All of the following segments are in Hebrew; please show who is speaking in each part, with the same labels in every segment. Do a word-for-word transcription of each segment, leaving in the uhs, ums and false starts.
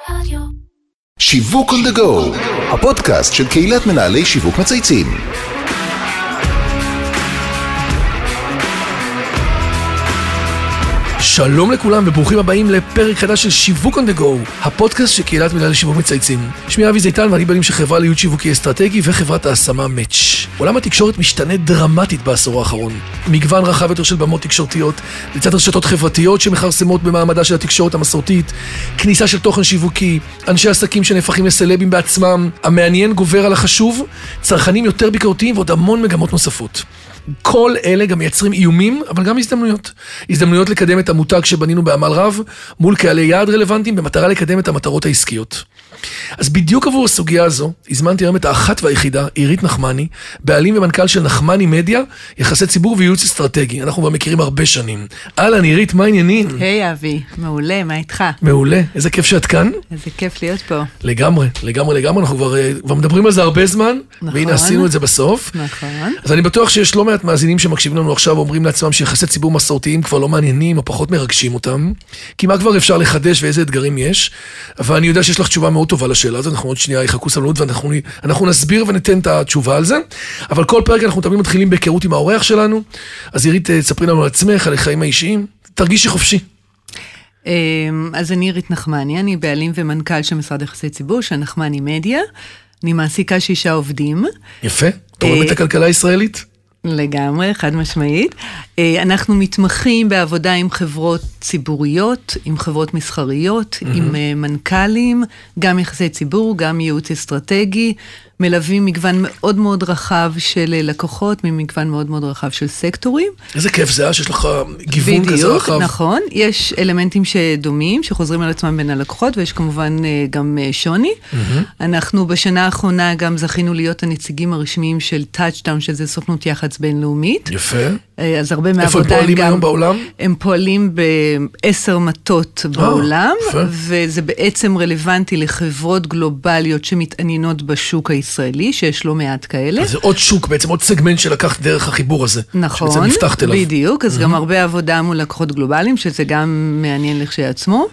Speaker 1: שיווק on the go, הפודקאסט של קהילת מנהלי שיווק מצייצים.
Speaker 2: שלום לכולם וברוכים הבאים לפרק חדש של שיווק on the go, הפודקאסט של קהילת מנהלי שיווק מצייצים. שמי אבי זיתן ואני בעלים של חברה לייעוץ שיווקי אסטרטגי וחברת ההשמה מאץ'. עולם התקשורת משתנה דרמטית בעשור האחרון. מגוון רחב יותר של במות תקשורתיות, לצד רשתות חברתיות שמחרסמות במעמדה של התקשורת המסורתית, כניסה של תוכן שיווקי, אנשי עסקים שנהפכים לסלבים בעצמם, המעניין גובר על החשוב, צרכנים יותר ביקורתיים ועוד המון מגמות נוספות. כל אלה גם מייצרים איומים, אבל גם הזדמנויות. הזדמנויות לקדם את המותג שבנינו בעמל רב, מול קהלי יעד רלוונטיים, במטרה לקדם את המטרות העסקיות. אז בדיוק עבור הסוגיה הזו, הזמנתי היום את האחת והיחידה, עירית נחמני, בעלים ומנכ"ל של נחמני מדיה, יחסי ציבור וייעוץ אסטרטגי. אנחנו כבר מכירים הרבה שנים. אהלן, עירית, מה העניינים?
Speaker 3: היי אבי, מעולה, מה איתך?
Speaker 2: מעולה, איזה כיף שאת כאן.
Speaker 3: איזה כיף להיות פה.
Speaker 2: לגמרי, לגמרי, לגמרי, אנחנו כבר, כבר מדברים על זה הרבה זמן,
Speaker 3: נכון.
Speaker 2: והנה עשינו את זה בסוף.
Speaker 3: נכון.
Speaker 2: אז אני בטוח שיש לא מעט מאזינים שמקשיבים לנו עכשיו, אומרים לעצמם שיחסי ציבור מסורתיים כבר לא מעניינים, או פחות מרגשים אותם. כי מה כבר אפשר לחדש ואיזה אתגרים יש? אבל אני יודע שיש לך תשובה מאוד טובה לשאלה הזאת, אנחנו עוד שנייה יחכו סבלנות ואנחנו אנחנו נסביר וניתן את התשובה על זה. אבל כל פרק אנחנו תמיד מתחילים בהיכרות עם האורח שלנו. אז עירית, תספרי לנו על עצמך, על החיים האישיים. תרגישי חופשי.
Speaker 3: אז אני עירית נחמני, אני בעלים ומנכ"ל של משרד יחסי ציבור, של נחמני מדיה. אני מעסיקה שישה עובדים.
Speaker 2: יפה, תורם את הכלכלה הישראלית?
Speaker 3: לגמרי, חד משמעית. אנחנו מתמחים בעבודה עם חברות ציבוריות, עם חברות מסחריות, mm-hmm. עם מנכ"לים, גם יחסי ציבור, גם ייעוץ אסטרטגי, מלווים מגוון מאוד מאוד רחב של לקוחות, ממגוון מאוד מאוד רחב של סקטורים.
Speaker 2: איזה כיף זה, שיש לך גיוון
Speaker 3: בדיוק,
Speaker 2: כזה רחב.
Speaker 3: בדיוק, נכון. יש אלמנטים שדומים, שחוזרים על עצמם בין הלקוחות, ויש כמובן גם שוני. Mm-hmm. אנחנו בשנה האחרונה גם זכינו להיות הנציגים הרשמיים של טאצ'דאון, שזה סוכנות יח"צ בינלאומית.
Speaker 2: יפה.
Speaker 3: אז הרבה מהעבודה
Speaker 2: איפה הם פועלים היום בעולם?
Speaker 3: הם פועלים בעשר מטות בעולם, וזה בעצם רלוונטי לחברות גלובליות שמתעניינות בשוק הישראלי, שיש לא מעט כאלה. אז
Speaker 2: זה עוד שוק, בעצם עוד סגמנט שלקח דרך החיבור הזה.
Speaker 3: נכון, בדיוק, אז גם הרבה עבודה מול לקוחות גלובליים, שזה גם מעניין לכשעצמו.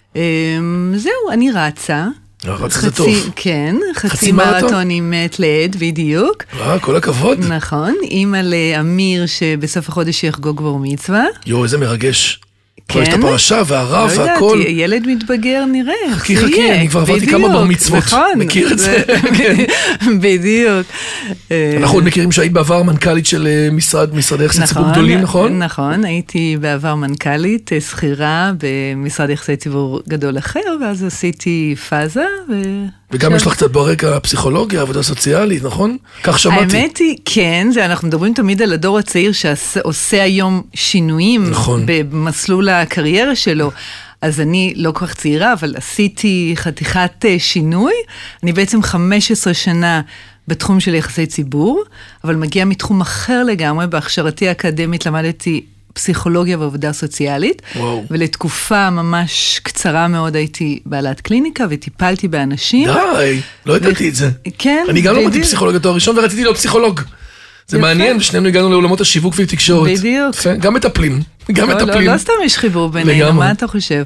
Speaker 3: זהו, אני רצה.
Speaker 2: רצה זה טוב.
Speaker 3: כן, חצי מרתון עם מעת לעד, בדיוק.
Speaker 2: אה, כל הכבוד.
Speaker 3: נכון, אימא לאמיר שבסוף החודש יחגוג בר מצווה.
Speaker 2: יו, איזה מרגש. כן. יש את הפרשה והרב והכל.
Speaker 3: לא יודעת, ילד מתבגר נראה.
Speaker 2: חכי חכי, אני כבר עברתי כמה בר מצוות.
Speaker 3: נכון.
Speaker 2: מכיר את זה?
Speaker 3: בדיוק.
Speaker 2: אנחנו עוד מכירים שהיית בעבר מנכ"לית של משרד, משרדי יחסי ציבור גדולים, נכון?
Speaker 3: נכון, הייתי בעבר מנכ"לית, שכירה במשרד יחסי ציבור גדול אחר, ואז עשיתי פאזה.
Speaker 2: וגם יש לך קצת ברקע הפסיכולוגיה, עבודה סוציאלית, נכון? כך שמעתי.
Speaker 3: האמת היא, כן, זה אנחנו מדברים תמיד על הדור הצעיר שעושה היום שינויים במסלול הקריירה שלו. אז אני לא כל כך צעירה, אבל עשיתי חתיכת שינוי. אני בעצם חמש עשרה שנה בתחום של יחסי ציבור, אבל מגיעה מתחום אחר לגמרי. בהכשרתי האקדמית למדתי פסיכולוגיה ועבודה סוציאלית, וואו. ולתקופה ממש קצרה מאוד הייתי בעלת קליניקה, וטיפלתי באנשים.
Speaker 2: די, לא ידעתי ו... את זה.
Speaker 3: כן.
Speaker 2: אני גם למדתי פסיכולוגיה תואר ראשון, ורציתי להיות פסיכולוג. זה יפה. מעניין, שנינו הגענו לעולמות השיווק ותקשורת.
Speaker 3: בדיוק.
Speaker 2: יפה. גם מטפלים. גם
Speaker 3: לא,
Speaker 2: מטפלים.
Speaker 3: לא, לא סתם יש חיבור בינינו, מה אתה חושב?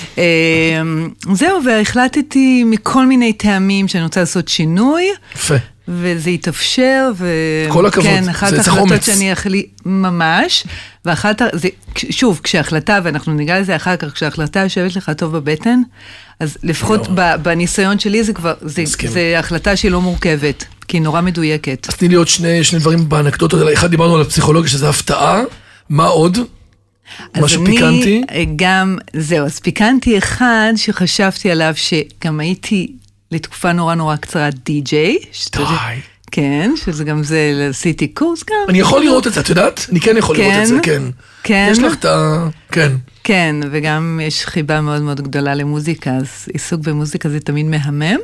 Speaker 3: זהו, והחלטתי מכל מיני טעמים שאני רוצה לעשות שינוי.
Speaker 2: יפה.
Speaker 3: וזה יתאפשר, ו...
Speaker 2: כל הכבוד,
Speaker 3: כן, אחת ההחלטות שאני אחלי ממש, ואחת, זה, שוב, כשההחלטה, ואנחנו ניגע לזה אחר כך, כשההחלטה יושבת לך טוב בבטן, אז לפחות ב, בניסיון שלי זה כבר, זה, זה החלטה שהיא לא מורכבת, כי היא נורא מדויקת.
Speaker 2: אז תני לי עוד שני, שני דברים באנקדוטות, אחד דיברנו על הפסיכולוגיה, שזה הפתעה, מה עוד? משהו פיקנטי?
Speaker 3: גם, זהו, אז פיקנטי אחד שחשבתי עליו, שגם הייתי לתקופה נורא נורא קצרה די-ג'יי.
Speaker 2: די.
Speaker 3: כן, שזה גם זה, עשיתי קורס גם.
Speaker 2: אני יכול לראות את זה, את יודעת? אני כן יכול לראות את זה, כן.
Speaker 3: כן.
Speaker 2: יש לך את ה... כן.
Speaker 3: כן, וגם יש חיבה מאוד מאוד גדולה למוזיקה, אז עיסוק במוזיקה זה תמיד מהמם.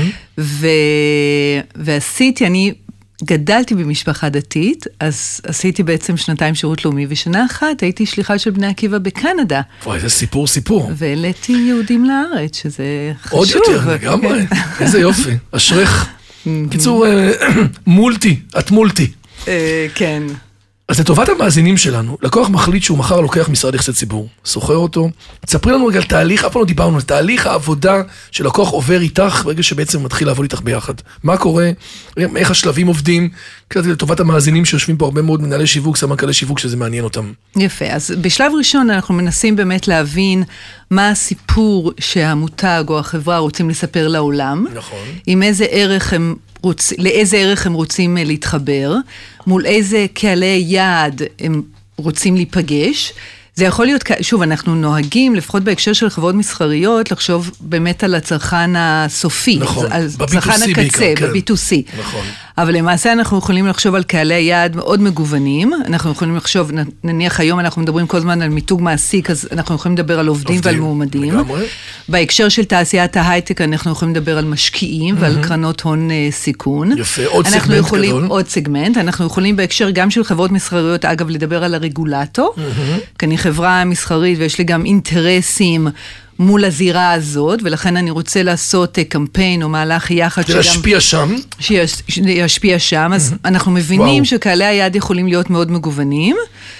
Speaker 3: ועשיתי, אני גדלתי במשפחה דתית, אז עשיתי בעצם שנתיים שירות לאומי, ושנה אחת הייתי שליחה של בני עקיבא בקנדה.
Speaker 2: וואי, זה סיפור סיפור.
Speaker 3: והעליתי יהודים לארץ, שזה חשוב.
Speaker 2: עוד יותר, לגמרי. איזה יופי. אשרך. קיצור, מולטי, את מולטי.
Speaker 3: כן.
Speaker 2: אז לטובת המאזינים שלנו, לקוח מחליט שהוא מחר לוקח משרד יחסי ציבור, סוחר אותו, תספרי לנו רגע על תהליך, אף פעם לא דיברנו על תהליך העבודה שלקוח עובר איתך, ברגע שבעצם מתחיל לעבוד איתך ביחד. מה קורה, איך השלבים עובדים, קצת לטובת המאזינים שיושבים פה הרבה מאוד מנהלי שיווק, סמנכ"לי שיווק, שזה מעניין אותם.
Speaker 3: יפה, אז בשלב ראשון אנחנו מנסים באמת להבין מה הסיפור שהמותג או החברה רוצים לספר לעולם.
Speaker 2: נכון. עם
Speaker 3: איזה ערך הם רוצ... לאיזה ערך הם רוצים להתחבר, מול איזה קהלי יעד הם רוצים להיפגש. זה יכול להיות, שוב, אנחנו נוהגים, לפחות בהקשר של חברות מסחריות, לחשוב באמת על הצרכן הסופי.
Speaker 2: נכון,
Speaker 3: על
Speaker 2: ב-בי טו סי
Speaker 3: צרכן הקצה,
Speaker 2: בעיקר,
Speaker 3: ב-בי טו סי.
Speaker 2: נכון.
Speaker 3: אבל למעשה אנחנו יכולים לחשוב על קהלי יעד מאוד מגוונים, אנחנו יכולים לחשוב, נניח היום אנחנו מדברים כל הזמן על מיתוג מעסיק, אז אנחנו יכולים לדבר על עובדים, עובדים ועל מועמדים.
Speaker 2: לגמרי.
Speaker 3: בהקשר של תעשיית ההייטק אנחנו יכולים לדבר על משקיעים mm-hmm. ועל קרנות הון uh, סיכון.
Speaker 2: יפה, עוד סגמנט
Speaker 3: יכולים,
Speaker 2: גדול.
Speaker 3: עוד סגמנט, אנחנו יכולים בהקשר גם של חברות מסחריות, אגב, לדבר על הרגולטור, mm-hmm. כי אני חברה מסחרית ויש לי גם אינטרסים, מול הזירה הזאת, ולכן אני רוצה לעשות קמפיין או מהלך יחד
Speaker 2: שגם... להשפיע שם.
Speaker 3: שישפיע שם, אז אנחנו מבינים שקהלי היעד יכולים להיות מאוד מגוונים,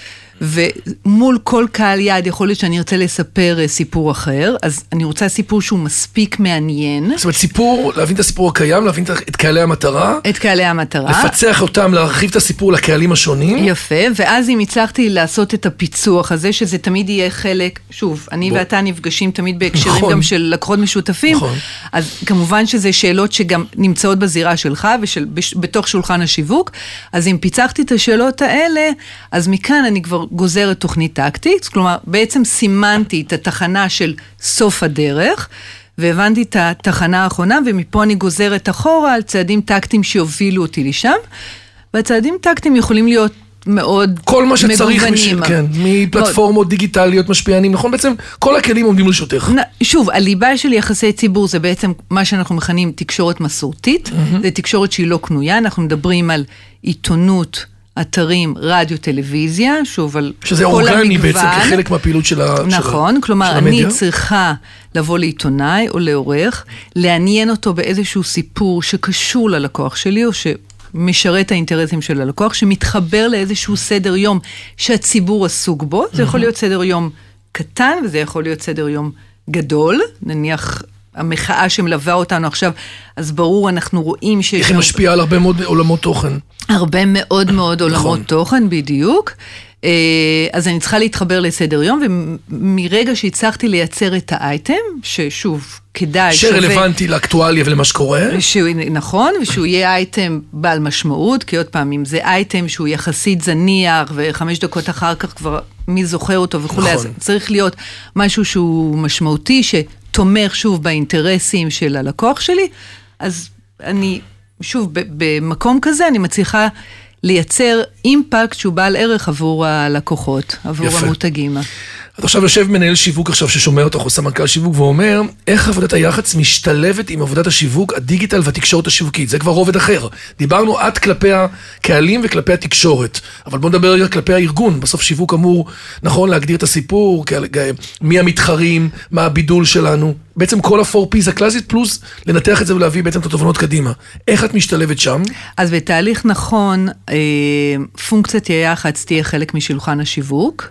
Speaker 3: ומול כל קהל יעד יכול להיות שאני ארצה לספר סיפור אחר, אז אני רוצה סיפור שהוא מספיק מעניין.
Speaker 2: זאת אומרת, סיפור, להבין את הסיפור הקיים, להבין את קהלי המטרה.
Speaker 3: את קהלי המטרה.
Speaker 2: לפצח אותם, להרחיב את הסיפור לקהלים השונים.
Speaker 3: יפה, ואז אם הצלחתי לעשות את הפיצוח הזה, שזה תמיד יהיה חלק, שוב, אני בוא. ואתה נפגשים תמיד בהקשרים נכון. גם של לקוחות משותפים, נכון. אז כמובן שזה שאלות שגם נמצאות בזירה שלך, ובתוך שולחן השיווק, אז אם פיצחתי את השאלות האלה, אז מכאן אני כבר גוזרת תוכנית טקטית, כלומר, בעצם סימנתי את התחנה של סוף הדרך, והבנתי את התחנה האחרונה, ומפה אני גוזרת אחורה על צעדים טקטיים שיובילו אותי לשם, והצעדים טקטיים יכולים להיות מאוד מגוונים.
Speaker 2: כל מה שצריך, משל, כן, מפלטפורמות דיגיטליות, משפיענים, נכון? בעצם כל הכלים עומדים לרשותך.
Speaker 3: שוב, הליבה של יחסי ציבור זה בעצם מה שאנחנו מכנים תקשורת מסורתית, זה תקשורת שהיא לא קנויה, אנחנו מדברים על עיתונות, אתרים, רדיו, טלוויזיה, שוב, על
Speaker 2: שזה אורגני בעצם, כחלק מהפעילות של המדיה.
Speaker 3: נכון, כלומר, אני צריכה לבוא לעיתונאי או לעורך, לעניין אותו באיזשהו סיפור שקשור ללקוח שלי, או שמשרת האינטרסים של הלקוח, שמתחבר לאיזשהו סדר יום שהציבור עסוק בו, זה יכול להיות סדר יום קטן, וזה יכול להיות סדר יום גדול, נניח המחאה שמלווה אותנו עכשיו, אז ברור, אנחנו רואים שיש...
Speaker 2: איך היא משפיעה על הרבה מאוד עולמות תוכן.
Speaker 3: הרבה מאוד מאוד עולמות תוכן, בדיוק. אז אני צריכה להתחבר לסדר יום, ומרגע שהצלחתי לייצר את האייטם, ששוב, כדאי...
Speaker 2: שרלוונטי לאקטואליה ולמה שקורה.
Speaker 3: נכון, ושהוא יהיה אייטם בעל משמעות, כי עוד פעם, אם זה אייטם שהוא יחסית זניח, וחמש דקות אחר כך כבר מי זוכר אותו וכו', אז צריך להיות משהו שהוא משמעותי, שתומך שוב באינטרסים של הלקוח שלי, אז אני... שוב, במקום כזה אני מצליחה לייצר אימפקט שהוא בעל ערך עבור הלקוחות, עבור יפה. המותגים.
Speaker 2: את עכשיו יושב מנהל שיווק עכשיו ששומע אותך, או סמנכ"ל שיווק, ואומר, איך עבודת היח"צ משתלבת עם עבודת השיווק, הדיגיטל והתקשורת השיווקית. זה כבר רובד אחר. דיברנו עד כלפי הקהלים וכלפי התקשורת. אבל בוא נדבר רגע כלפי הארגון. בסוף שיווק אמור, נכון, להגדיר את הסיפור, מי המתחרים, מה הבידול שלנו. בעצם כל ה-פור פיז הקלאסית, פלוס לנתח את זה ולהביא בעצם את התובנות קדימה. איך את משתלבת שם?
Speaker 3: אז בתהליך נכון, פונקציית היח"צ תהיה חלק משולחן השיווק.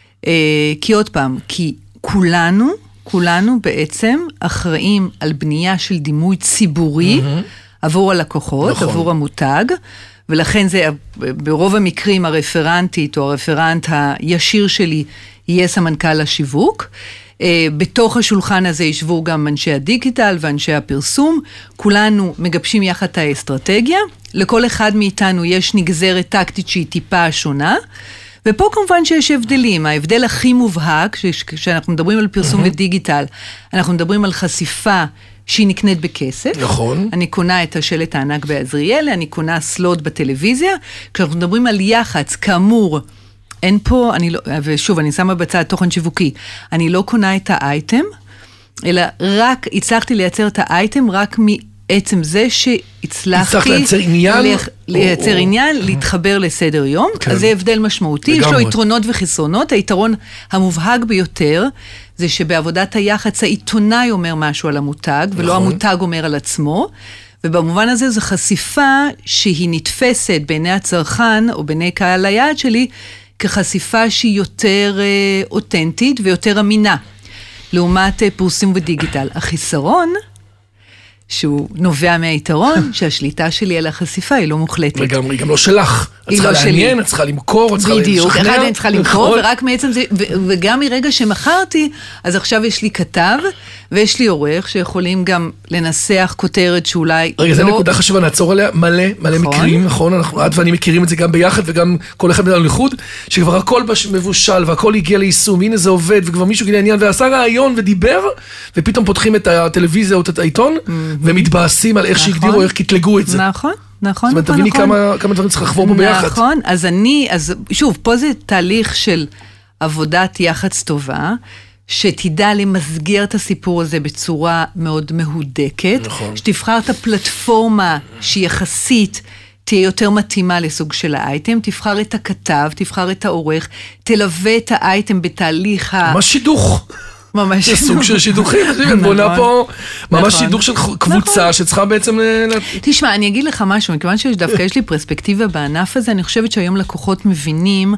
Speaker 3: כי עוד פעם, כי כולנו, כולנו בעצם אחראים על בנייה של דימוי ציבורי עבור הלקוחות, עבור המותג, ולכן זה ברוב המקרים הרפרנטית או הרפרנט הישיר שלי יהיה סמנכ"ל השיווק. בתוך השולחן הזה ישבו גם אנשי הדיגיטל ואנשי הפרסום, כולנו מגבשים יחד את האסטרטגיה, לכל אחד מאיתנו יש נגזרת טקטית שהיא טיפה שונה, ופה כמובן שיש הבדלים, ההבדל הכי מובהק, כשאנחנו מדברים על פרסום ודיגיטל, אנחנו מדברים על חשיפה שהיא נקנית בכסף.
Speaker 2: נכון.
Speaker 3: אני קונה את השלט הענק בעזריאלי, אני קונה סלוט בטלוויזיה, כשאנחנו מדברים על יח"צ, כאמור, אין פה, אני לא, ושוב, אני שמה בצד תוכן שיווקי, אני לא קונה את האייטם, אלא רק, הצלחתי לייצר את האייטם רק מעצם זה שהצלחתי
Speaker 2: לייצר עניין,
Speaker 3: לייצר, או, לייצר או... עניין, או... להתחבר לסדר יום, כן. אז זה הבדל משמעותי, יש לו יתרונות וחסרונות, היתרון המובהק ביותר, זה שבעבודת היח"צ העיתונאי אומר משהו על המותג, ולא המותג אומר על עצמו, ובמובן הזה זו חשיפה שהיא נתפסת בעיני הצרכן, או בעיני קהל היעד שלי, כחשיפה שהיא יותר אה, אותנטית ויותר אמינה, לעומת אה, פורסים ודיגיטל. החיסרון, שהוא נובע מהיתרון, שהשליטה שלי על החשיפה היא לא מוחלטת.
Speaker 2: לגמרי, היא גם לא שלך. את צריכה לעניין, את צריכה למכור, את צריכה לשכנע.
Speaker 3: בדיוק, אחד אני צריכה למכור, ורק מעצם זה, וגם מרגע שמכרתי, אז עכשיו יש לי כתב, ויש לי עורך, שיכולים גם לנסח כותרת שאולי...
Speaker 2: רגע, זו נקודה חשובה, נעצור עליה מלא, מלא מקרים, נכון? אנחנו, את ואני מכירים את זה גם ביחד, וגם כל אחד מדבר לחוד, שכבר הכל מבושל, והכל הגיע ליישום, הנה זה עובד, וכבר מישהו גילה עניין, ועשה רעיון ודיבר, ופתאום פותחים את הטלוויזיה או את העיתון, ומתבאסים על איך שהגדירו, איך קטלגו את זה.
Speaker 3: נכון. נכון,
Speaker 2: זאת אומרת, תביני כמה, כמה דברים צריך לחבור פה ביחד.
Speaker 3: נכון, אז אני, אז שוב, פה זה תהליך של עבודת יח"צ טובה, שתדע למסגר את הסיפור הזה בצורה מאוד מהודקת,
Speaker 2: נכון.
Speaker 3: שתבחר את הפלטפורמה שהיא יחסית תהיה יותר מתאימה לסוג של האייטם, תבחר את הכתב, תבחר את העורך, תלווה את האייטם בתהליך ה...
Speaker 2: ממש שידוך.
Speaker 3: ממש
Speaker 2: זה סוג של שידוכים, את בונה פה ממש שידוך של קבוצה שצריכה בעצם...
Speaker 3: תשמע, אני אגיד לך משהו, מכיוון שדווקא יש לי פרספקטיבה בענף הזה, אני חושבת שהיום לקוחות מבינים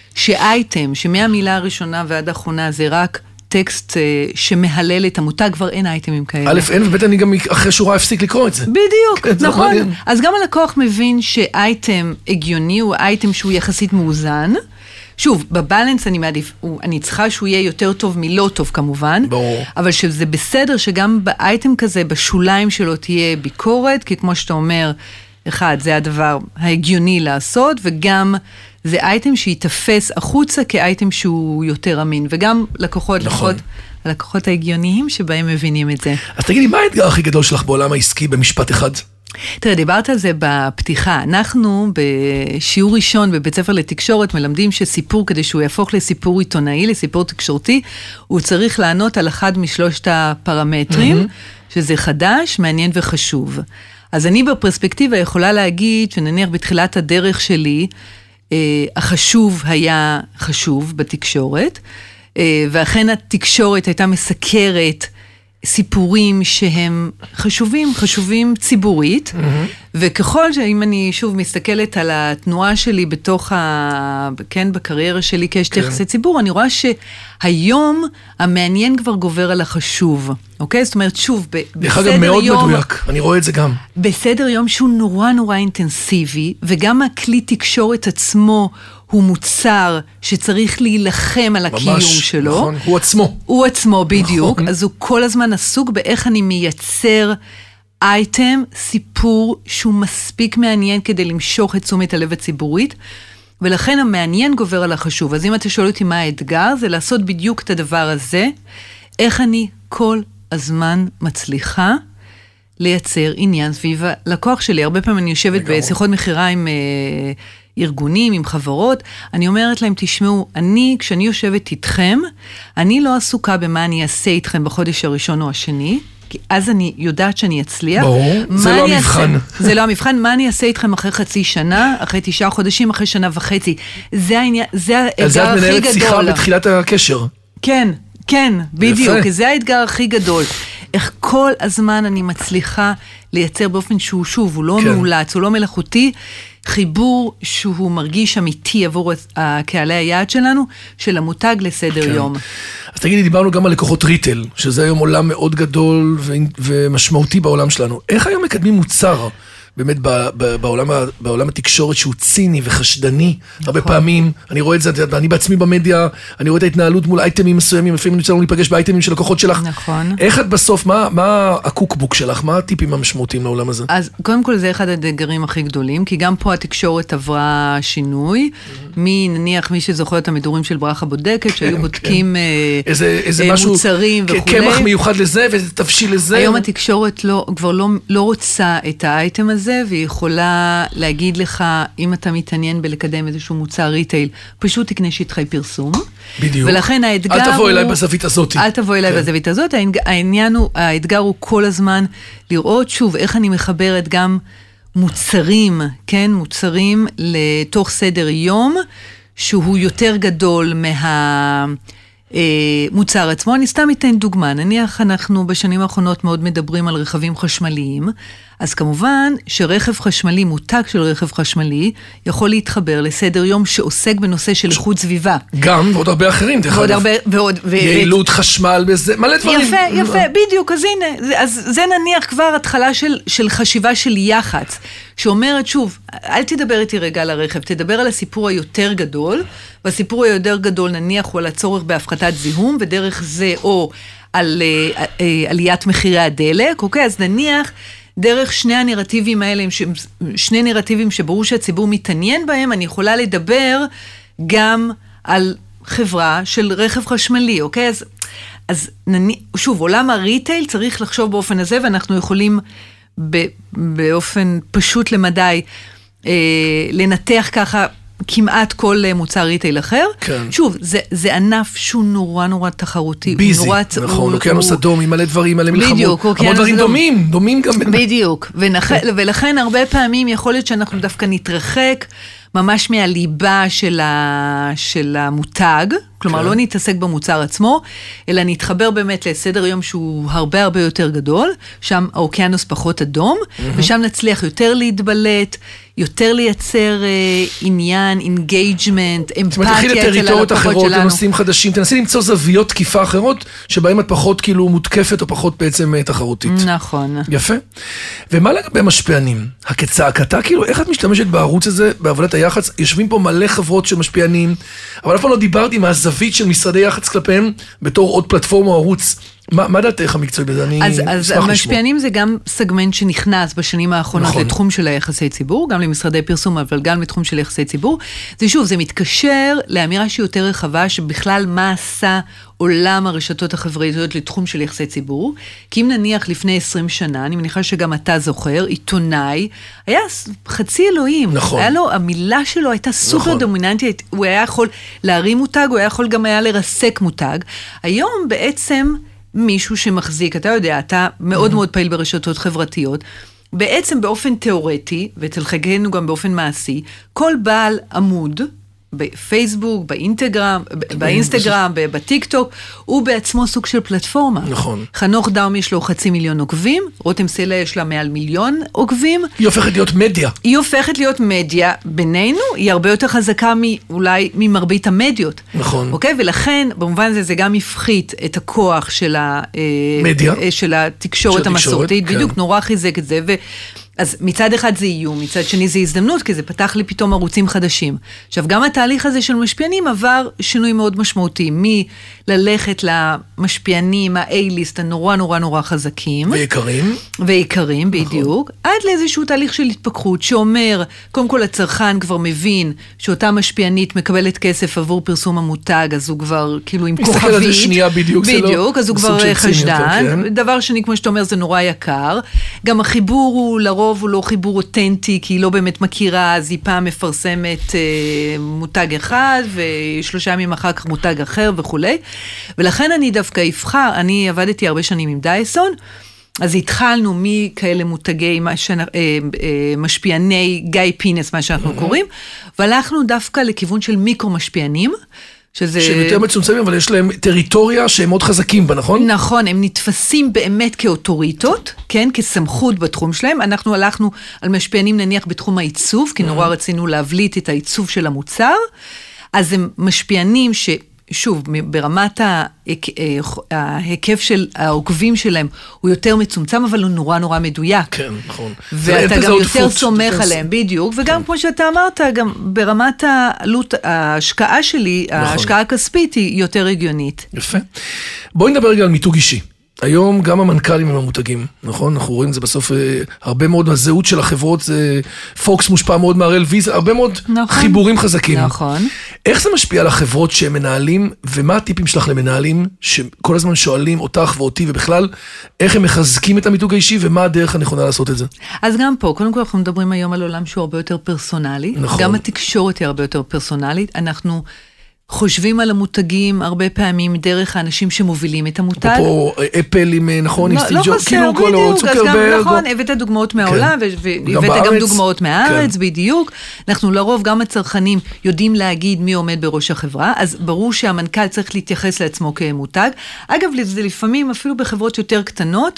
Speaker 3: שאייטם, שמהמילה הראשונה ועד האחרונה זה רק טקסט שמהלל את המותג, כבר אין אייטמים כאלה.
Speaker 2: א', אין, וב' אני גם אחרי שורה הפסיק לקרוא את זה.
Speaker 3: בדיוק, נכון. אז גם הלקוח מבין שאייטם הגיוני הוא אייטם שהוא יחסית מאוזן, שוב, בבלנס אני מעדיף, אני צריכה שהוא יהיה יותר טוב מלא טוב כמובן,
Speaker 2: ברור.
Speaker 3: אבל שזה בסדר שגם באייטם כזה, בשוליים שלו תהיה ביקורת, כי כמו שאתה אומר, אחד, זה הדבר ההגיוני לעשות, וגם זה אייטם שיתפס החוצה כאייטם שהוא יותר אמין, וגם לקוחות,
Speaker 2: נכון.
Speaker 3: לקוחות, הלקוחות ההגיוניים שבהם מבינים את זה.
Speaker 2: אז תגידי, מה האתגר הכי גדול שלך בעולם העסקי במשפט אחד?
Speaker 3: תראה, דיברת על זה בפתיחה. אנחנו בשיעור ראשון בבית ספר לתקשורת מלמדים שסיפור, כדי שהוא יהפוך לסיפור עיתונאי, לסיפור תקשורתי, הוא צריך לענות על אחד משלושת הפרמטרים, mm-hmm. שזה חדש, מעניין וחשוב. אז אני בפרספקטיבה יכולה להגיד שנניח בתחילת הדרך שלי, אה, החשוב היה חשוב בתקשורת, אה, ואכן התקשורת הייתה מסקרת סיפורים שהם חשובים, חשובים ציבורית, mm-hmm. וככל שאם אני שוב מסתכלת על התנועה שלי בתוך ה... כן, בקריירה שלי כאשת יחסי ציבור, אני רואה שהיום המעניין כבר גובר על החשוב, אוקיי? זאת אומרת, שוב, ב-
Speaker 2: דרך אגב מאוד יום, מדויק, אני רואה את זה גם.
Speaker 3: בסדר יום שהוא נורא נורא אינטנסיבי, וגם הכלי תקשורת עצמו הוא מוצר שצריך להילחם על הקיום שלו.
Speaker 2: נכון, הוא עצמו.
Speaker 3: הוא עצמו בדיוק,
Speaker 2: נכון.
Speaker 3: אז הוא כל הזמן עסוק באיך אני מייצר אייטם, סיפור שהוא מספיק מעניין כדי למשוך את תשומת הלב הציבורית, ולכן המעניין גובר על החשוב. אז אם אתה שואל אותי מה האתגר, זה לעשות בדיוק את הדבר הזה, איך אני כל הזמן מצליחה לייצר עניין סביב הלקוח שלי. הרבה פעמים אני יושבת בשיחות מחירה עם ארגונים, עם חברות, אני אומרת להם, תשמעו, אני, כשאני יושבת איתכם, אני לא עסוקה במה אני אעשה איתכם בחודש הראשון או השני, כי אז אני יודעת שאני אצליח.
Speaker 2: ברור, זה לא המבחן.
Speaker 3: זה לא המבחן, מה אני אעשה איתכם אחרי חצי שנה, אחרי תשעה חודשים, אחרי שנה וחצי. זה העניין, זה האתגר הכי גדול.
Speaker 2: אז את מנהלת שיחה בתחילת הקשר.
Speaker 3: כן, כן, בדיוק, כי זה האתגר הכי גדול. איך כל הזמן אני מצליחה לייצר באופן שהוא שוב, הוא לא מאולץ, הוא לא מלאכותי, חיבור שהוא מרגיש אמיתי עבור קהלי היעד שלנו, של המותג לסדר יום.
Speaker 2: אז תגידי, דיברנו גם על לקוחות ריטל, שזה היום עולם מאוד גדול ומשמעותי בעולם שלנו. איך היום מקדמים מוצר? באמת בעולם, בעולם התקשורת שהוא ציני וחשדני, הרבה פעמים, אני רואה את זה, אני בעצמי במדיה, אני רואה את ההתנהלות מול אייטמים מסוימים, לפעמים אני רוצה לנו להיפגש באייטמים של לקוחות שלך.
Speaker 3: נכון.
Speaker 2: איך את בסוף, מה, מה הקוקבוק שלך, מה הטיפים המשמעותיים לעולם הזה?
Speaker 3: אז קודם כל זה אחד האתגרים הכי גדולים, כי גם פה התקשורת עברה שינוי, מי נניח מי שזוכר את המדורים של ברכה בודקת, שהיו בודקים מוצרים וכו'.
Speaker 2: קמח מיוחד לזה ואיזה תבשיל לזה.
Speaker 3: היום התקשורת כבר לא רוצה את האייטם הזה, והיא יכולה להגיד לך, אם אתה מתעניין בלקדם איזשהו מוצר ריטייל, פשוט תקנה שטחי פרסום.
Speaker 2: בדיוק.
Speaker 3: ולכן האתגר
Speaker 2: אל תבוא
Speaker 3: הוא...
Speaker 2: אליי בזווית הזאת.
Speaker 3: אל תבוא אליי כן. בזווית הזאת. העניין הוא, האתגר הוא כל הזמן לראות שוב איך אני מחברת גם מוצרים, כן, מוצרים לתוך סדר יום, שהוא יותר גדול מה... מוצר עצמו. אני סתם אתן דוגמה, נניח אנחנו בשנים האחרונות מאוד מדברים על רכבים חשמליים, אז כמובן שרכב חשמלי, מותג של רכב חשמלי, יכול להתחבר לסדר יום שעוסק בנושא של איכות סביבה.
Speaker 2: גם, ועוד הרבה אחרים, דרך
Speaker 3: ועוד הרבה, ועוד...
Speaker 2: יעילות חשמל בזה, מלא דברים.
Speaker 3: יפה, יפה, בדיוק, אז הנה, אז זה נניח כבר התחלה של, של חשיבה של יח"צ, שאומרת שוב, אל תדבר איתי רגע על הרכב, תדבר על הסיפור היותר גדול, והסיפור היותר גדול נניח הוא על הצורך בהפחתת זיהום, ודרך זה או על uh, uh, עליית מחירי הדלק, אוקיי? אז נניח דרך שני הנרטיבים האלה, שני נרטיבים שברור שהציבור מתעניין בהם, אני יכולה לדבר גם על חברה של רכב חשמלי, אוקיי? אז, אז נניח, שוב, עולם הריטייל צריך לחשוב באופן הזה, ואנחנו יכולים ב, באופן פשוט למדי אה, לנתח ככה כמעט כל מוצר ריטייל אחר.
Speaker 2: כן.
Speaker 3: שוב, זה, זה ענף שהוא נורא נורא תחרותי.
Speaker 2: ביזי,
Speaker 3: נורא,
Speaker 2: נכון, אוקיינוס אדום, עם מלא דברים, מלא מלחמות.
Speaker 3: בדיוק,
Speaker 2: המון דברים דומים, דומים גם.
Speaker 3: בדיוק, ונח, ולכן הרבה פעמים יכול להיות שאנחנו דווקא נתרחק ממש מהליבה של, ה, של המותג, כלומר כן. לא נתעסק במוצר עצמו, אלא נתחבר באמת לסדר יום שהוא הרבה הרבה יותר גדול, שם האוקיינוס פחות אדום, mm-hmm. ושם נצליח יותר להתבלט, יותר לייצר אה, עניין, אינגייג'מנט, אמפתיה אצל
Speaker 2: טריטוריות אחרות, לנושאים חדשים, תנסי למצוא זוויות תקיפה אחרות, שבהם את פחות כאילו מותקפת או פחות בעצם תחרותית.
Speaker 3: נכון.
Speaker 2: יפה. ומה לגבי משפיענים? הכצעקתה, כאילו, איך את משתמשת בערוץ הזה, בעבודת היח"צ? יושבים פה מלא חברות של משפיענים, אבל אף פעם לא דיברתי מהזווית של משרדי יח"צ כלפיהם, בתור עוד פלטפורמה או ערוץ. מה, מה דעתך המקצועי בזה? אני
Speaker 3: אז, אז המשפיענים זה גם סגמנט שנכנס בשנים האחרונות נכון. לתחום של היחסי ציבור, גם למשרדי פרסום, אבל גם לתחום של יחסי ציבור. זה שוב, זה מתקשר לאמירה שהיא יותר רחבה, שבכלל מה עשה עולם הרשתות החברתיות לתחום של יחסי ציבור. כי אם נניח לפני עשרים שנה, אני מניחה שגם אתה זוכר, עיתונאי, היה חצי אלוהים.
Speaker 2: נכון.
Speaker 3: היה לו, המילה שלו הייתה סופר נכון. דומיננטית, הוא היה יכול להרים מותג, הוא היה יכול גם היה לרסק מותג. היום בעצם מישהו שמחזיק, אתה יודע, אתה מאוד מאוד פעיל ברשתות חברתיות, בעצם באופן תיאורטי, ותלחגנו גם באופן מעשי, כל בעל עמוד, בפייסבוק, באינטגרם, באינסטגרם, בטיק טוק, הוא בעצמו סוג של פלטפורמה.
Speaker 2: נכון.
Speaker 3: חנוך דאום יש לו חצי מיליון עוקבים, רותם סלע יש לה מעל מיליון עוקבים.
Speaker 2: היא הופכת להיות מדיה.
Speaker 3: היא הופכת להיות מדיה בינינו, היא הרבה יותר חזקה אולי ממרבית המדיות.
Speaker 2: נכון.
Speaker 3: אוקיי? ולכן, במובן הזה, זה גם הפחית את הכוח של
Speaker 2: מדיה.
Speaker 3: של התקשורת המסורתית. בדיוק, נורא חיזק את זה, ו... אז מצד אחד זה איום, מצד שני זה הזדמנות, כי זה פתח לי פתאום ערוצים חדשים. עכשיו, גם התהליך הזה של משפיענים עבר שינוי מאוד משמעותי, מללכת למשפיענים, ה-A-ליסט, הנורא נורא נורא חזקים.
Speaker 2: ויקרים.
Speaker 3: ויקרים, בדיוק. נכון. עד לאיזשהו תהליך של התפכחות, שאומר, קודם כל הצרכן כבר מבין, שאותה משפיענית מקבלת כסף עבור פרסום המותג, אז הוא כבר כאילו עם כוכבית.
Speaker 2: מסתכל על זה שנייה בדיוק,
Speaker 3: בדיוק,
Speaker 2: זה לא...
Speaker 3: אז הוא כבר חשדן.
Speaker 2: כן.
Speaker 3: דבר שני, כמו שאתה אומר, זה נורא יקר. גם החיבור הוא לרוב, הוא לא חיבור אותנטי, כי היא לא באמת מכירה, אז היא פעם מפרסמת אה, מותג אחד, ושלושה ימים אחר כך מותג אחר וכו'. ולכן אני דווקא אבחר, אני עבדתי הרבה שנים עם דייסון, אז התחלנו מכאלה מותגי, מש... אה, אה, משפיעני גיא פינס, מה שאנחנו mm-hmm. קוראים, והלכנו דווקא לכיוון של מיקרו משפיענים, שזה...
Speaker 2: שהם יותר מצומצמים, אבל יש להם טריטוריה שהם מאוד חזקים בה, נכון?
Speaker 3: נכון, הם נתפסים באמת כאוטוריטות, כן, כסמכות בתחום שלהם. אנחנו הלכנו על משפיענים נניח בתחום העיצוב, כי נורא רצינו להבליט את העיצוב של המוצר, אז הם משפיענים ש... שוב, ברמת ההיקף של העוקבים שלהם, הוא יותר מצומצם, אבל הוא נורא נורא מדויק.
Speaker 2: כן, נכון.
Speaker 3: ואתה גם יותר סומך עליהם, בדיוק. וגם כמו שאתה אמרת, גם ברמת העלות, ההשקעה שלי, ההשקעה הכספית היא יותר הגיונית.
Speaker 2: יפה. בואי נדבר רגע על מיתוג אישי. היום גם המנכ"לים הם המותגים, נכון? אנחנו רואים את זה בסוף, הרבה מאוד מהזהות של החברות, זה פוקס מושפע מאוד מהראל ויז, הרבה מאוד נכון, חיבורים חזקים.
Speaker 3: נכון.
Speaker 2: איך זה משפיע על החברות שהם מנהלים, ומה הטיפים שלך למנהלים, שכל הזמן שואלים אותך ואותי, ובכלל, איך הם מחזקים את המיתוג האישי, ומה הדרך הנכונה לעשות את זה?
Speaker 3: אז גם פה, קודם כל אנחנו מדברים היום על עולם שהוא הרבה יותר פרסונלי, נכון. גם התקשורת היא הרבה יותר פרסונלית, אנחנו... חושבים על המותגים הרבה פעמים דרך האנשים שמובילים את המותג.
Speaker 2: פה אפל עם, נכון, עם סטיב ג'ובס, כאילו כל
Speaker 3: בדיוק,
Speaker 2: צוקרברג.
Speaker 3: נכון, הבאת דוגמאות מהעולם, והבאת גם דוגמאות מהארץ, בדיוק. אנחנו לרוב, גם הצרכנים יודעים להגיד מי עומד בראש החברה, אז ברור שהמנכ"ל צריך להתייחס לעצמו כמותג. אגב, זה לפעמים אפילו בחברות יותר קטנות,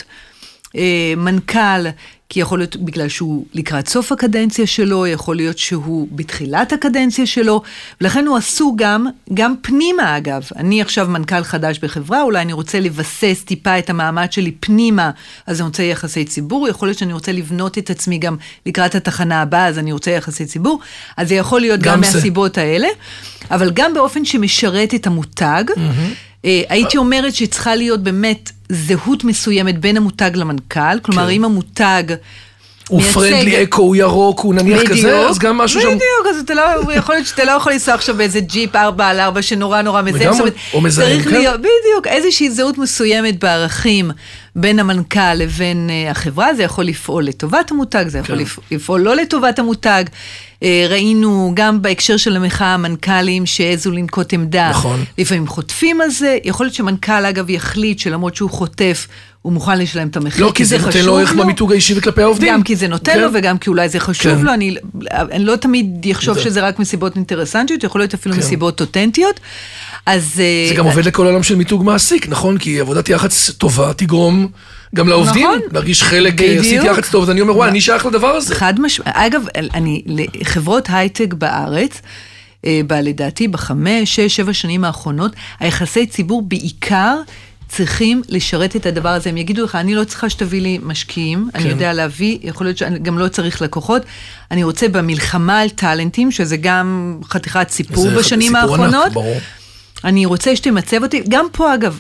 Speaker 3: מנכ"ל, כי יכול להיות בגלל שהוא לקראת סוף הקדנציה שלו, יכול להיות שהוא בתחילת הקדנציה שלו, ולכן הוא עשו גם, גם פנימה אגב. אני עכשיו מנכ"ל חדש בחברה, אולי אני רוצה לבסס טיפה את המעמד שלי פנימה, אז אני רוצה יחסי ציבור, יכול להיות שאני רוצה לבנות את עצמי גם לקראת התחנה הבאה, אז אני רוצה יחסי ציבור, אז זה יכול להיות גם, גם מהסיבות האלה, אבל גם באופן שמשרת את המותג, mm-hmm. הייתי אומרת שצריכה להיות באמת זהות מסוימת בין המותג למנכ"ל, כלומר אם המותג
Speaker 2: הוא פרנדלי אקו, הוא ירוק, הוא נניח כזה, אז גם משהו שם...
Speaker 3: בדיוק, אז אתה לא, יכול להיות שאתה לא יכול לנסוע עכשיו באיזה ג'יפ ארבע על ארבע שנורא נורא מזהם,
Speaker 2: או מזהם, כן?
Speaker 3: בדיוק, איזושהי זהות מסוימת בערכים בין המנכ"ל לבין החברה, זה יכול לפעול לטובת המותג, זה יכול לפעול לא לטובת המותג, ראינו גם בהקשר של המחאה המנכ"לים שעזו לנקוט עמדה,
Speaker 2: נכון.
Speaker 3: לפעמים חוטפים על זה, יכול להיות שמנכ"ל אגב יחליט שלמרות שהוא חוטף, הוא מוכן לשלם את המחיר,
Speaker 2: לא, כי זה נותן לו איך במיתוג האישי וכלפי העובדים.
Speaker 3: גם כי זה נותן כן. לו וגם כי אולי זה חשוב כן. לו, אני, אני לא תמיד יחשוב שזה רק מסיבות אינטרסנטיות, יכול להיות אפילו כן. מסיבות אותנטיות. אז,
Speaker 2: זה גם עובד לכל עולם של מיתוג מעסיק, נכון? כי עבודת יח"צ טובה תגרום גם לעובדים, נכון. להרגיש חלק, עשיתי יח"צ טוב, ואני אומר, וואי, אני שייך לדבר הזה.
Speaker 3: חד משמעית, אגב, אני, לחברות הייטק בארץ, לדעתי בחמש, שש, שבע שנים האחרונות, היחסי ציבור בעיקר צריכים לשרת את הדבר הזה. הם יגידו לך, אני לא צריכה שתביא לי משקיעים, כן. אני יודע להביא, יכול להיות שגם לא צריך לקוחות, אני רוצה במלחמה על טלנטים, שזה גם חתיכת סיפור בשנים האחרונות.
Speaker 2: ברור.
Speaker 3: אני רוצה שתמצב אותי, גם פה אגב,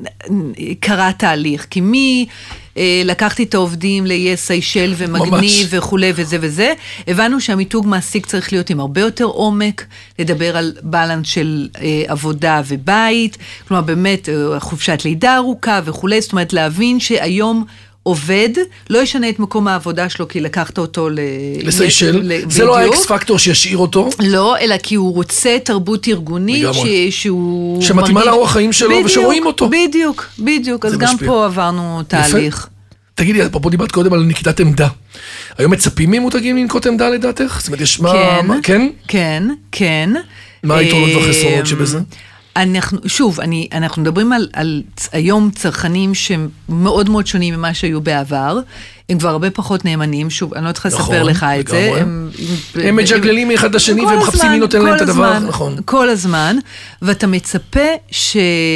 Speaker 3: קרה תהליך, כי מי לקחתי את העובדים לאיי סיישל ומגניב וכו' וזה וזה, הבנו שהמיתוג מעסיק צריך להיות עם הרבה יותר עומק, לדבר על בלנס של עבודה ובית, כלומר באמת חופשת לידה ארוכה וכו', זאת אומרת להבין שהיום עובד, לא ישנה את מקום העבודה שלו, כי לקחת אותו
Speaker 2: לסיישל. זה לא האקס פקטור שישאיר אותו?
Speaker 3: לא, אלא כי הוא רוצה תרבות ארגונית, שהוא...
Speaker 2: שמתאימה לאורח חיים שלו, ושרואים אותו.
Speaker 3: בדיוק, בדיוק. אז גם פה עברנו תהליך.
Speaker 2: תגידי, פה דיברת קודם על נקיטת עמדה. היום מצפים ממותגים לנקוט עמדה לדעתך? זאת אומרת, יש מה...
Speaker 3: כן, כן, כן.
Speaker 2: מה היתרונות והחסרונות שבזה?
Speaker 3: אנחנו, שוב, אני, אנחנו מדברים על, על היום צרכנים שהם מאוד מאוד שונים ממה שהיו בעבר, הם כבר הרבה פחות נאמנים, שוב, אני לא צריכה לספר נכון, לך את זה. הם,
Speaker 2: הם מג'גללים מאחד לשני והם מחפשים מי נותן להם את הדבר, נכון.
Speaker 3: כל הזמן, ואתה מצפה ש...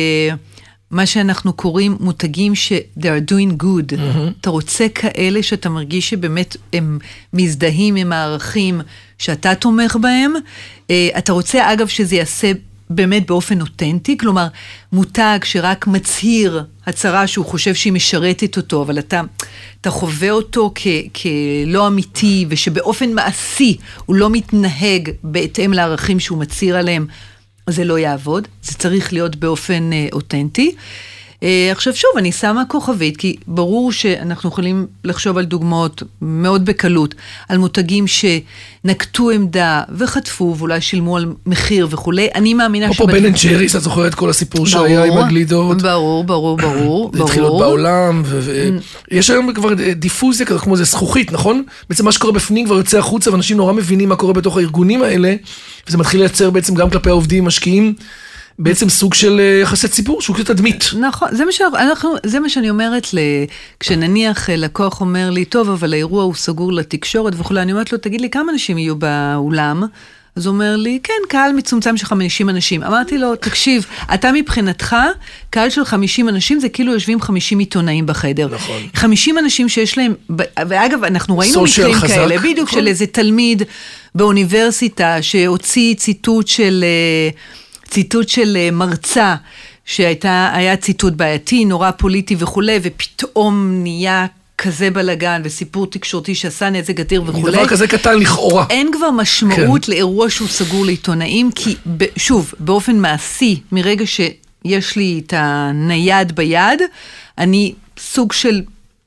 Speaker 3: מה שאנחנו קוראים מותגים ש- they are doing good. Mm-hmm. אתה רוצה כאלה שאתה מרגיש שבאמת הם מזדהים עם הערכים שאתה תומך בהם. אתה רוצה אגב שזה יעשה באמת באופן אותנטי, כלומר מותג שרק מצהיר הצהרה שהוא חושב שהיא משרתת אותו, אבל אתה, אתה חווה אותו כ- כלא אמיתי, ושבאופן מעשי הוא לא מתנהג בהתאם לערכים שהוא מצהיר עליהם, זה לא יעבוד, זה צריך להיות באופן אה, אותנטי. אה, עכשיו שוב, אני שמה כוכבית, כי ברור שאנחנו יכולים לחשוב על דוגמאות מאוד בקלות, על מותגים שנקטו עמדה וחטפו, ואולי שילמו על מחיר וכו'. אני מאמינה
Speaker 2: פה בן אנד ג'ריס, את זוכרת את כל הסיפור שהיה עם הגלידות?
Speaker 3: ברור, ברור, ברור.
Speaker 2: זה התחיל להיות בעולם, ויש היום כבר דיפוזיה כזו, כמו זה זכוכית, נכון? בעצם מה שקורה בפנים כבר יוצא החוצה, ואנשים נורא מבינים מה קורה בתוך הארגונים האלה, וזה מתחיל לייצר בעצם גם כלפי העובדים משקיעים, בעצם סוג של יחסי ציבור, סוג של תדמית.
Speaker 3: נכון, זה מה, שאנחנו, זה מה שאני אומרת, כשנניח לקוח אומר לי, טוב, אבל האירוע הוא סגור לתקשורת וכו', אני אומרת לו, תגיד לי, כמה אנשים יהיו באולם? אז הוא אומר לי, כן, קהל מצומצם של חמישים אנשים. אמרתי לו, תקשיב, אתה מבחינתך, קהל של חמישים אנשים, זה כאילו יושבים חמישים עיתונאים בחדר.
Speaker 2: נכון.
Speaker 3: חמישים אנשים שיש להם, ואגב, אנחנו ראינו מקרים
Speaker 2: חזק.
Speaker 3: כאלה, בדיוק
Speaker 2: נכון.
Speaker 3: של איזה תלמיד באוניברסיטה, שהוציא ציטוט של... ציטוט של מרצה, שהייתה, היה ציטוט בעייתי, נורא פוליטי וכו', ופתאום נהיה כזה בלגן, וסיפור תקשורתי שעשה נזק אדיר וכו'.
Speaker 2: דבר כזה קטן לכאורה.
Speaker 3: אין כבר משמעות כן. לאירוע שהוא סגור לעיתונאים, כי שוב, באופן מעשי, מרגע שיש לי את הנייד ביד, אני סוג של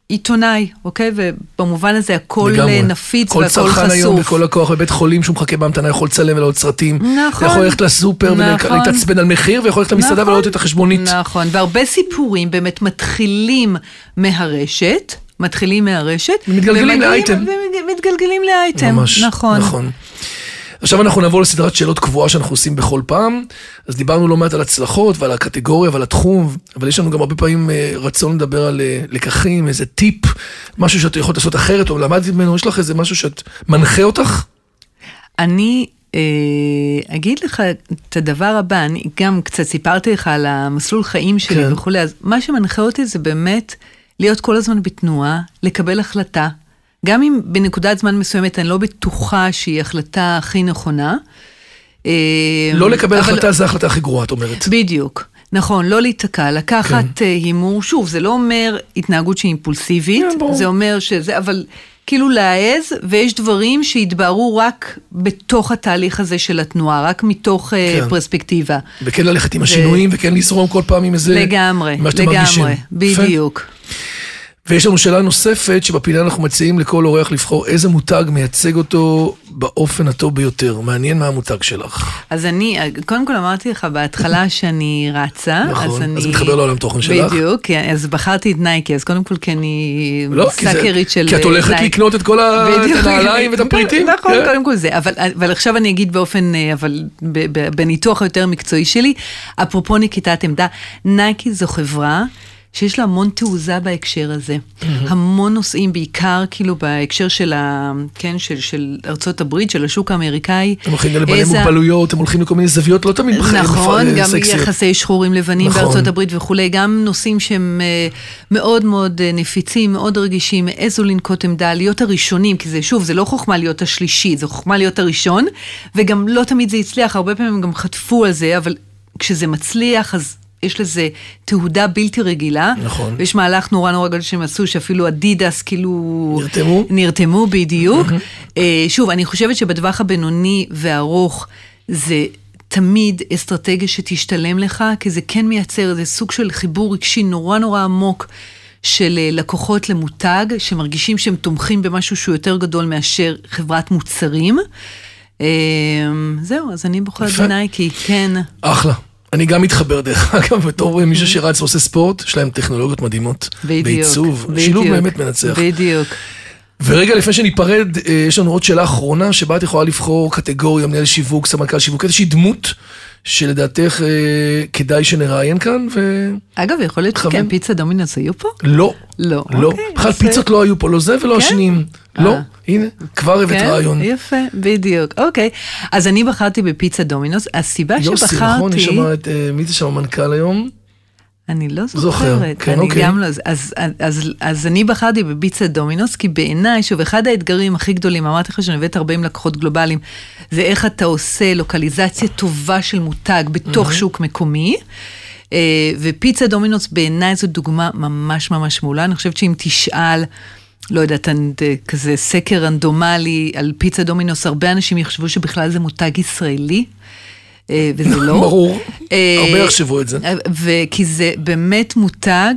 Speaker 3: עיתונאי, אוקיי? ובמובן הזה הכל נפיץ והכל חשוף.
Speaker 2: כל צרכן היום בכל הכוח בבית חולים שהוא מחכה בהמתנה יכול לצלם ולעוד סרטים. נכון. יכול ללכת לסופר ולהתעצבן על מחיר, ויכול ללכת למסעדה ולראות את החשבונית.
Speaker 3: נכון, והרבה סיפורים באמת מתחילים מהרשת, מתחילים מהרשת.
Speaker 2: ומתגלגלים לאייטם.
Speaker 3: ומתגלגלים לאייטם,
Speaker 2: ממש,
Speaker 3: נכון.
Speaker 2: נכון. עכשיו אנחנו נעבור לסדרת שאלות קבועה שאנחנו עושים בכל פעם, אז דיברנו לא מעט על הצלחות ועל הקטגוריה ועל התחום, אבל יש לנו גם הרבה פעמים רצון לדבר על לקחים, איזה טיפ, משהו שאת יכולת לעשות אחרת, או למדת ממנו, יש לך איזה משהו שאת מנחה אותך?
Speaker 3: אני אה, אגיד לך את הדבר הבא, אני גם קצת סיפרתי לך על המסלול חיים שלי כן. וכו', אז מה שמנחה אותי זה באמת להיות כל הזמן בתנועה, לקבל החלטה, גם אם בנקודת זמן מסוימת אני לא בטוחה שהיא החלטה הכי נכונה.
Speaker 2: לא לקבל החלטה זה ההחלטה הכי גרועה, את אומרת.
Speaker 3: בדיוק. נכון, לא להתקע, לקחת הימור, שוב, זה לא אומר התנהגות שהיא אימפולסיבית, זה אומר שזה, אבל כאילו להעז, ויש דברים שהתבהרו רק בתוך התהליך הזה של התנועה, רק מתוך פרספקטיבה.
Speaker 2: וכן ללכת עם השינויים, וכן לזרום כל פעם עם איזה...
Speaker 3: לגמרי, לגמרי, בדיוק.
Speaker 2: ויש לנו שאלה נוספת, שבפינה אנחנו מציעים לכל אורח לבחור איזה מותג מייצג אותו באופן הטוב ביותר. מעניין מה המותג שלך.
Speaker 3: אז אני, קודם כל אמרתי לך בהתחלה שאני רצה.
Speaker 2: נכון, אז,
Speaker 3: אני...
Speaker 2: אז מתחבר לעולם תוכן שלך.
Speaker 3: בדיוק, אז בחרתי את נייקי, אז קודם כל כי אני לא, סאקרית של...
Speaker 2: כי את הולכת נייק. לקנות את כל הנעליים ואת הפריטים.
Speaker 3: נכון, כן. קודם כל זה. אבל, אבל עכשיו אני אגיד באופן, אבל בניתוח היותר מקצועי שלי, אפרופו נקיטת עמדה, נייקי זו חברה, שיש לה המון תעוזה בהקשר הזה. המון נושאים, בעיקר כאילו בהקשר של, ה, כן, של, של ארצות הברית, של השוק האמריקאי.
Speaker 2: הם הולכים לבעלי מוגבלויות, הם הולכים לכל מיני זוויות, לא תמיד בחיים
Speaker 3: נכון, גם יחסי שחורים לבנים נכון. בארצות הברית וכולי, גם נושאים שהם מאוד מאוד נפיצים, מאוד רגישים, מאיזו לנקוט עמדה, להיות הראשונים, כי זה שוב, זה לא חוכמה להיות השלישי, זה חוכמה להיות הראשון, וגם לא תמיד זה יצליח, הרבה פעמים הם גם חטפו על זה, אבל כשזה מצליח, אז יש לזה תהודה בלתי רגילה.
Speaker 2: נכון.
Speaker 3: ויש מהלך נורא נורא גדול שהם עשו, שאפילו אדידס כאילו...
Speaker 2: נרתמו?
Speaker 3: נרתמו בדיוק. שוב, אני חושבת שבטווח הבינוני והארוך, זה תמיד אסטרטגיה שתשתלם לך, כי זה כן מייצר איזה סוג של חיבור רגשי נורא נורא עמוק, של לקוחות למותג, שמרגישים שהם תומכים במשהו שהוא יותר גדול מאשר חברת מוצרים. זהו, אז אני בוחרת בנייקי, כן.
Speaker 2: אחלה. אני גם מתחבר דרך אגב, בתור מישהו שרץ ועושה ספורט, יש להם טכנולוגיות מדהימות.
Speaker 3: בדיוק.
Speaker 2: בעיצוב, שילוב באמת מנצח.
Speaker 3: בדיוק.
Speaker 2: ורגע לפני שניפרד, יש לנו עוד שאלה אחרונה, שבה את יכולה לבחור קטגוריה, מנהל שיווק, סמנכ"ל שיווק, איזושהי דמות, שלדעתך כדאי שנראיין כאן, ו...
Speaker 3: אגב, יכול להיות שכן פיצה דומינוס היו פה?
Speaker 2: לא.
Speaker 3: לא.
Speaker 2: לא. בכלל פיצות לא היו פה, לא זה ולא השניים. לא, הנה, כבר הבאת רעיון.
Speaker 3: יפה, בדיוק. אוקיי. אז אני בחרתי בפיצה דומינוס. הסיבה שבחרתי...
Speaker 2: יוסי, נכון, אני שמע את... מי זה שם המנכ"ל היום?
Speaker 3: אני לא זוכרת. כן, אוקיי. גם לא... אז אני בחרתי בפיצה דומינוס, כי בעיניי, שוב, אחד האתגרים הכי גדולים, אמרתי לך שאני הבאת ארבעים לקוחות גלובליים, זה איך אתה עושה לוקליזציה טובה של מותג בתוך שוק מקומי, ופיצה דומינוס בעיניי זו דוגמה ממש ממש מעולה. אני חושבת שאם תשאל, לא יודעת, כזה סקר רנדומלי על פיצה דומינוס, הרבה אנשים יחשבו שבכלל זה מותג ישראלי, וזה לא.
Speaker 2: ברור, הרבה יחשבו את זה.
Speaker 3: וכי זה באמת מותג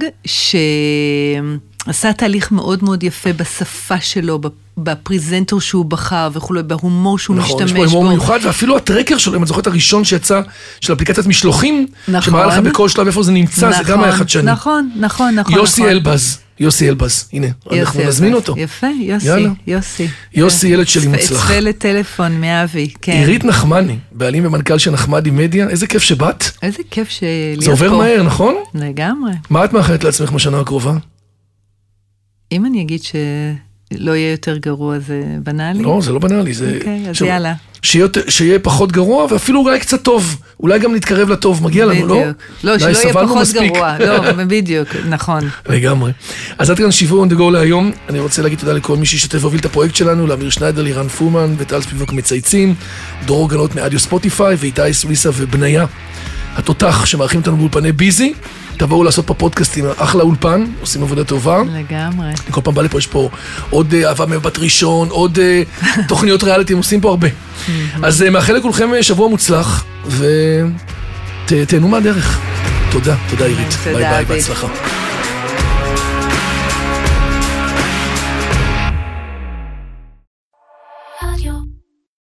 Speaker 3: שעשה תהליך מאוד מאוד יפה בשפה שלו, בפריזנטור שהוא בחר וכו', בהומור שהוא משתמש בו.
Speaker 2: נכון, יש פה הומור מיוחד, ואפילו הטרקר שלו, אם את זוכרת הראשון שיצא, של אפליקציית משלוחים, שמראה לך בכל שלב איפה זה נמצא, זה גם היה חדשני.
Speaker 3: נכון, נכון, נכון.
Speaker 2: יוסי אלבז, יוסי אלבז, הנה, אנחנו נזמין אותו.
Speaker 3: יפה, יוסי, יוסי.
Speaker 2: יוסי ילד שלי מוצלח.
Speaker 3: אצפה לטלפון מאבי, כן.
Speaker 2: עירית נחמני, בעלים ומנכ"ל של נחמדי מדיה, איזה כיף שבאת.
Speaker 3: איזה כיף שלהיות פה.
Speaker 2: זה עובר מהר, נכון?
Speaker 3: לגמרי.
Speaker 2: מה את מאחלת לעצמך בשנה הקרובה?
Speaker 3: אם אני אגיד ש... לא יהיה יותר גרוע, זה בנאלי?
Speaker 2: לא, זה לא בנאלי, זה...
Speaker 3: אוקיי, אז יאללה.
Speaker 2: שיהיה פחות גרוע, ואפילו אולי קצת טוב. אולי גם נתקרב לטוב, מגיע לנו, לא?
Speaker 3: לא, שלא יהיה פחות גרוע. לא, בדיוק, נכון.
Speaker 2: לגמרי. אז עד כאן שיווק on the go להיום. אני רוצה להגיד תודה לכל מי שישתף והוביל את הפרויקט שלנו, לאמיר שניידר, לירן פומן, וטל ספיבוק מצייצים, דרור גנות מאדיו ספוטיפיי, ואיתי סוויסה ובניה, התותח שמארחים אותנו באולפני ביזי. תבואו לעשות פה פודקאסטים, אחלה אולפן, עושים עבודה טובה.
Speaker 3: לגמרי.
Speaker 2: כל פעם בא לפה, יש פה עוד אהבה מבת ראשון, עוד תוכניות ריאליטי, עושים פה הרבה. אז מאחל לכולכם שבוע מוצלח, ותהנו מהדרך. תודה, תודה עירית. ביי ביי, בהצלחה.